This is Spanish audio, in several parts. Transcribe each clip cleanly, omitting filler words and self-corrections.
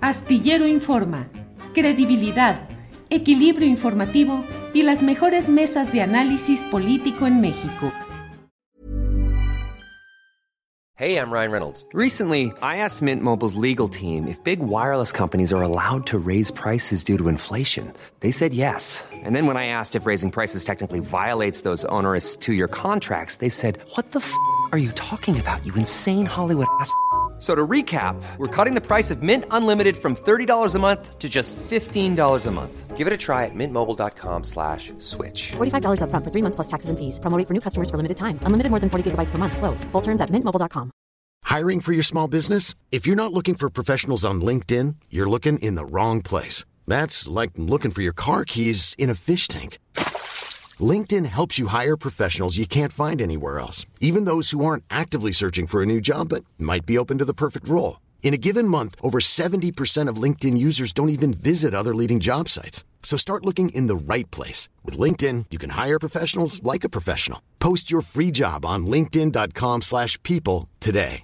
Astillero Informa, credibilidad, equilibrio informativo y las mejores mesas de análisis político en México. Hey, I'm Ryan Reynolds. Recently, I asked Mint Mobile's legal team if big wireless companies are allowed to raise prices due to inflation. They said yes. And then when I asked if raising prices technically violates those onerous two-year contracts, they said, "What the f*** are you talking about, you insane Hollywood ass?" So to recap, we're cutting the price of Mint Unlimited from $30 a month to just $15 a month. Give it a try at mintmobile.com/switch. $45 up front for 3 months plus taxes and fees. Promo rate for new customers for limited time. Unlimited more than 40 gigabytes per month. Slows full terms at mintmobile.com. Hiring for your small business? If you're not looking for professionals on LinkedIn, you're looking in the wrong place. That's like looking for your car keys in a fish tank. LinkedIn helps you hire professionals you can't find anywhere else, even those who aren't actively searching for a new job but might be open to the perfect role. In a given month, over 70% of LinkedIn users don't even visit other leading job sites. So start looking in the right place. With LinkedIn, you can hire professionals like a professional. Post your free job on linkedin.com/people today.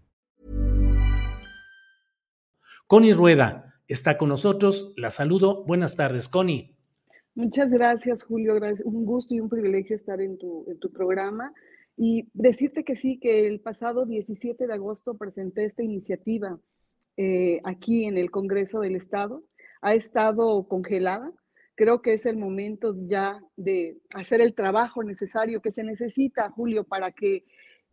Connie Rueda está con nosotros. La saludo. Buenas tardes, Connie. Muchas gracias, Julio. Un gusto y un privilegio estar en tu programa y decirte que sí, que el pasado 17 de agosto presenté esta iniciativa aquí en el Congreso del Estado. Ha estado congelada. Creo que es el momento ya de hacer el trabajo necesario que se necesita, Julio, para que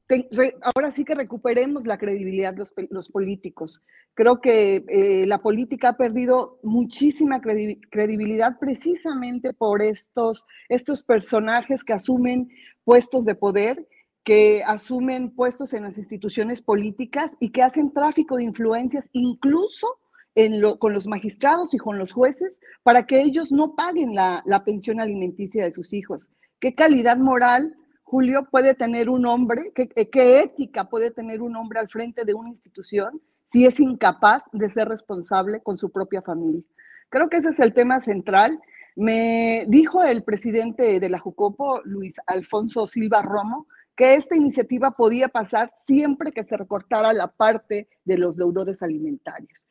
ahora sí que recuperemos la credibilidad los políticos. Creo que la política ha perdido muchísima credibilidad precisamente por estos personajes que asumen puestos de poder, que asumen puestos en las instituciones políticas y que hacen tráfico de influencias incluso con los magistrados y con los jueces para que ellos no paguen la pensión alimenticia de sus hijos. ¿Qué calidad moral, Julio, puede tener un hombre? ¿Qué ética puede tener un hombre al frente de una institución si es incapaz de ser responsable con su propia familia? Creo que ese es el tema central. Me dijo el presidente de la Jucopo, Luis Alfonso Silva Romo, que esta iniciativa podía pasar siempre que se recortara la parte de los deudores alimentarios.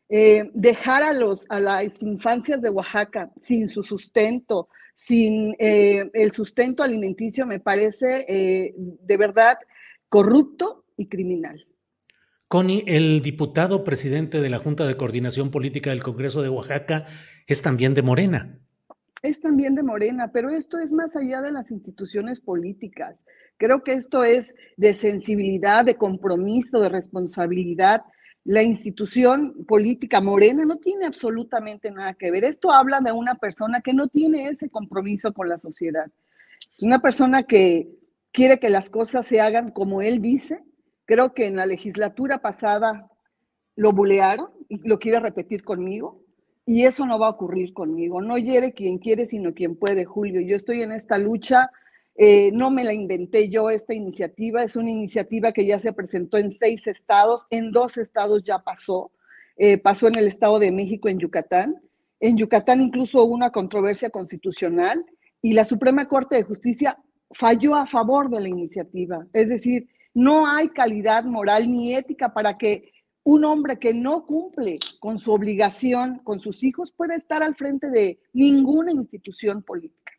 Dejar a las infancias de Oaxaca sin su sustento, sin el sustento alimenticio, me parece de verdad corrupto y criminal. Connie, el diputado presidente de la Junta de Coordinación Política del Congreso de Oaxaca es también de Morena. Es también de Morena, pero esto es más allá de las instituciones políticas. Creo que esto es de sensibilidad, de compromiso, de responsabilidad. La institución política Morena no tiene absolutamente nada que ver. Esto habla de una persona que no tiene ese compromiso con la sociedad. Es una persona que quiere que las cosas se hagan como él dice. Creo que en la legislatura pasada lo bulearon y lo quiere repetir conmigo. Y eso no va a ocurrir conmigo. No hiere quien quiere, sino quien puede, Julio. Yo estoy en esta lucha. No me la inventé yo, esta iniciativa. Es una iniciativa que ya se presentó en 6 estados. En 2 estados ya pasó. Pasó en el Estado de México, en Yucatán. En Yucatán incluso hubo una controversia constitucional y la Suprema Corte de Justicia falló a favor de la iniciativa. Es decir, no hay calidad moral ni ética para que un hombre que no cumple con su obligación con sus hijos pueda estar al frente de ninguna institución política,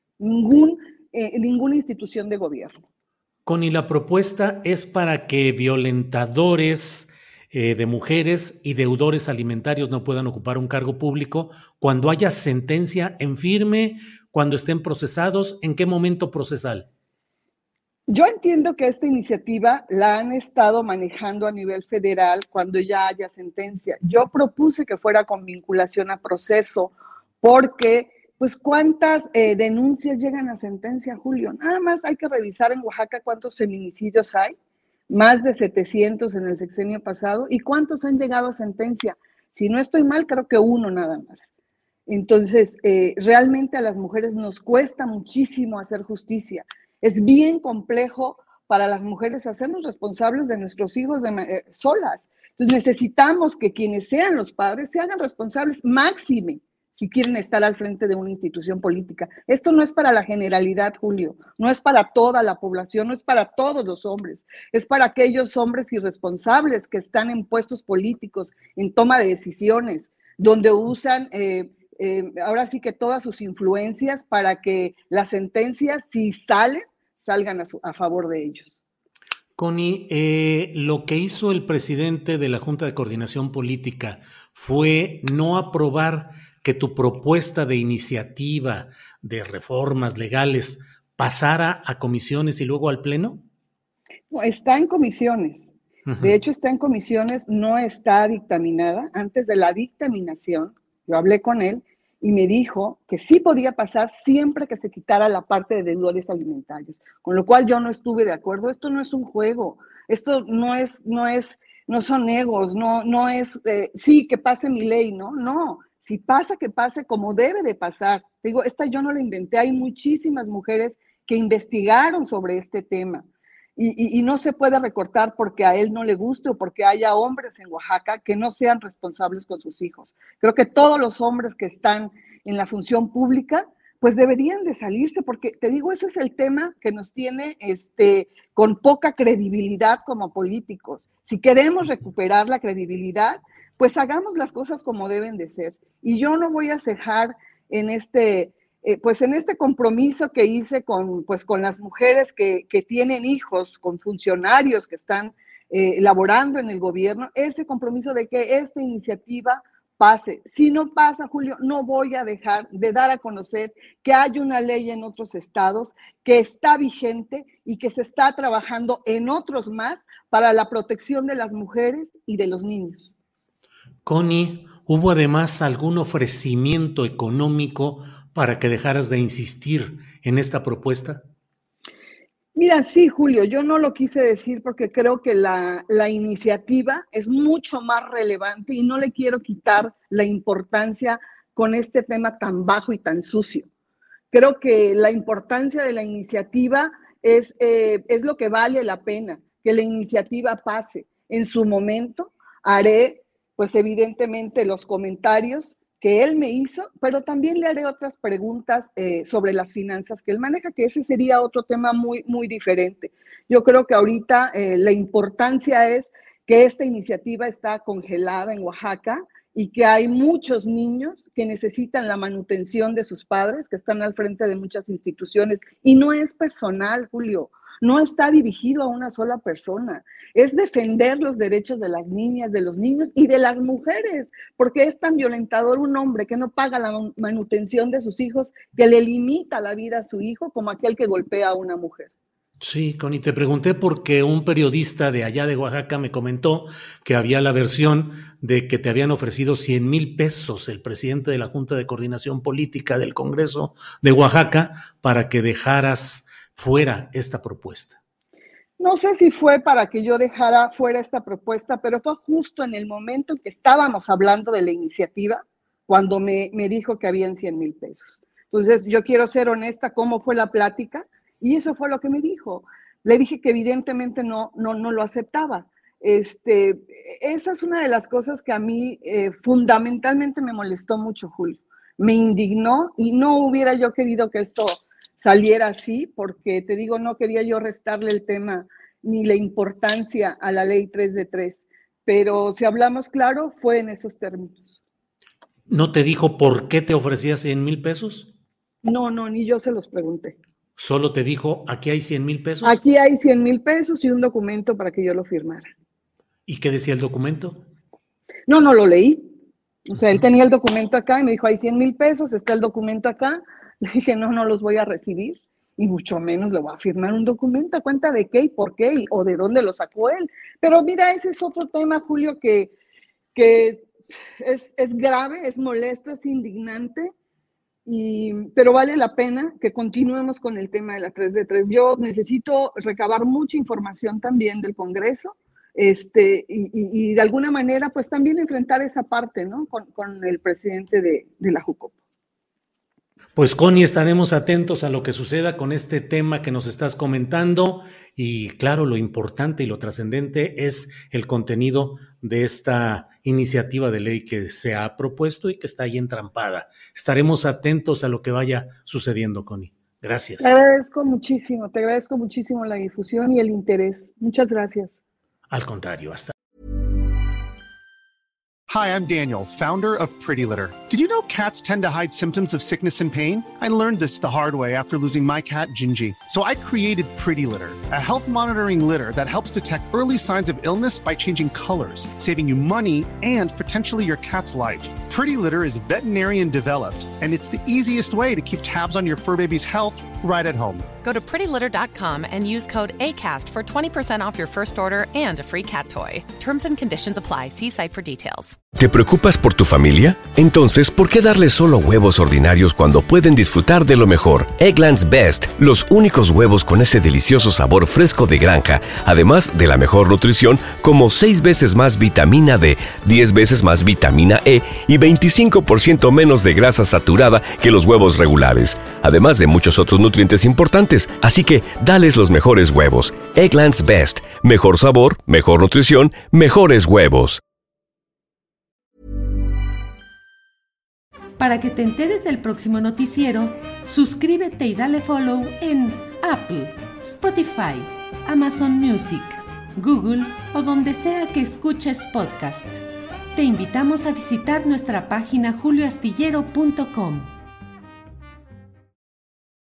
ninguna institución de gobierno. Connie, la propuesta es para que violentadores de mujeres y deudores alimentarios no puedan ocupar un cargo público cuando haya sentencia en firme, cuando estén procesados. ¿En qué momento procesal? Yo entiendo que esta iniciativa la han estado manejando a nivel federal cuando ya haya sentencia. Yo propuse que fuera con vinculación a proceso porque, pues, ¿cuántas denuncias llegan a sentencia, Julio? Nada más hay que revisar en Oaxaca cuántos feminicidios hay, más de 700 en el sexenio pasado, y cuántos han llegado a sentencia. Si no estoy mal, creo que 1 nada más. Entonces, realmente a las mujeres nos cuesta muchísimo hacer justicia. Es bien complejo para las mujeres hacernos responsables de nuestros hijos solas. Entonces necesitamos que quienes sean los padres se hagan responsables máxime si quieren estar al frente de una institución política. Esto no es para la generalidad, Julio, no es para toda la población, no es para todos los hombres, es para aquellos hombres irresponsables que están en puestos políticos, en toma de decisiones. donde usan ahora sí que todas sus influencias para que las sentencias, si salgan a favor de ellos. Connie, lo que hizo el presidente de la Junta de Coordinación Política fue no aprobar que tu propuesta de iniciativa de reformas legales pasara a comisiones y luego al Pleno. No, está en comisiones. De hecho, está en comisiones, no está dictaminada. Antes de la dictaminación, yo hablé con él y me dijo que sí podía pasar siempre que se quitara la parte de deudores alimentarios, con lo cual yo no estuve de acuerdo. Esto no es un juego, esto no son egos, no es, sí, que pase mi ley, no, si pasa, que pase como debe de pasar. Digo, esta yo no la inventé, hay muchísimas mujeres que investigaron sobre este tema. Y no se puede recortar porque a él no le guste o porque haya hombres en Oaxaca que no sean responsables con sus hijos. Creo que todos los hombres que están en la función pública, pues deberían de salirse, porque te digo, eso es el tema que nos tiene con poca credibilidad como políticos. Si queremos recuperar la credibilidad, pues hagamos las cosas como deben de ser. Y yo no voy a cejar en este compromiso que hice con las mujeres que tienen hijos, con funcionarios que están laborando en el gobierno, ese compromiso de que esta iniciativa pase. Si no pasa, Julio, no voy a dejar de dar a conocer que hay una ley en otros estados que está vigente y que se está trabajando en otros más para la protección de las mujeres y de los niños. Connie, ¿hubo además algún ofrecimiento económico para que dejaras de insistir en esta propuesta? Mira, sí, Julio, yo no lo quise decir porque creo que la iniciativa es mucho más relevante y no le quiero quitar la importancia con este tema tan bajo y tan sucio. Creo que la importancia de la iniciativa es lo que vale la pena, que la iniciativa pase. En su momento haré, pues evidentemente, los comentarios que él me hizo, pero también le haré otras preguntas sobre las finanzas que él maneja, que ese sería otro tema muy, muy diferente. Yo creo que ahorita la importancia es que esta iniciativa está congelada en Oaxaca y que hay muchos niños que necesitan la manutención de sus padres, que están al frente de muchas instituciones, y no es personal, Julio. No está dirigido a una sola persona, es defender los derechos de las niñas, de los niños y de las mujeres, porque es tan violentador un hombre que no paga la manutención de sus hijos, que le limita la vida a su hijo, como aquel que golpea a una mujer. Sí, Connie, te pregunté porque un periodista de allá de Oaxaca me comentó que había la versión de que te habían ofrecido 100,000 pesos el presidente de la Junta de Coordinación Política del Congreso de Oaxaca para que dejaras fuera esta propuesta. No sé si fue para que yo dejara fuera esta propuesta, pero fue justo en el momento en que estábamos hablando de la iniciativa, cuando me dijo que habían 100,000 pesos. Entonces, yo quiero ser honesta, cómo fue la plática, y eso fue lo que me dijo. Le dije que evidentemente no lo aceptaba. Esa es una de las cosas que a mí fundamentalmente me molestó mucho, Julio. Me indignó y no hubiera yo querido que esto saliera así, porque te digo, no quería yo restarle el tema ni la importancia a la ley 3 de 3, pero si hablamos claro, fue en esos términos. ¿No te dijo por qué te ofrecía 100,000 pesos? No, ni yo se los pregunté. ¿Solo te dijo, aquí hay 100,000 pesos? Aquí hay 100,000 pesos y un documento para que yo lo firmara. ¿Y qué decía el documento? No lo leí. O sea, él tenía el documento acá y me dijo, hay 100,000 pesos, está el documento acá. Le dije, no los voy a recibir y mucho menos le voy a firmar un documento a cuenta de qué y por qué o de dónde lo sacó él. Pero mira, ese es otro tema, Julio, que es grave, es molesto, es indignante, pero vale la pena que continuemos con el tema de la 3 de 3. Yo necesito recabar mucha información también del Congreso y de alguna manera pues también enfrentar esa parte, ¿no? con el presidente de la Jucopo. Pues Connie, estaremos atentos a lo que suceda con este tema que nos estás comentando y claro, lo importante y lo trascendente es el contenido de esta iniciativa de ley que se ha propuesto y que está ahí entrampada. Estaremos atentos a lo que vaya sucediendo, Connie. Gracias. Te agradezco muchísimo la difusión y el interés. Muchas gracias. Al contrario, hasta Hi, I'm Daniel, founder of Pretty Litter. Did you know cats tend to hide symptoms of sickness and pain? I learned this the hard way after losing my cat, Gingy. So I created Pretty Litter, a health monitoring litter that helps detect early signs of illness by changing colors, saving you money and potentially your cat's life. Pretty Litter is veterinarian developed, and it's the easiest way to keep tabs on your fur baby's health right at home. Go to prettylitter.com and use code ACAST for 20% off your first order and a free cat toy. Terms and conditions apply. See site for details. ¿Te preocupas por tu familia? Entonces, ¿por qué darles solo huevos ordinarios cuando pueden disfrutar de lo mejor? Eggland's Best, los únicos huevos con ese delicioso sabor fresco de granja, además de la mejor nutrición, como 6 veces más vitamina D, 10 veces más vitamina E y 25% menos de grasa saturada que los huevos regulares, además de muchos otros nutrientes importantes. Así que, dales los mejores huevos. Eggland's Best, mejor sabor, mejor nutrición, mejores huevos. Para que te enteres del próximo noticiero, suscríbete y dale follow en Apple, Spotify, Amazon Music, Google o donde sea que escuches podcast. Te invitamos a visitar nuestra página julioastillero.com.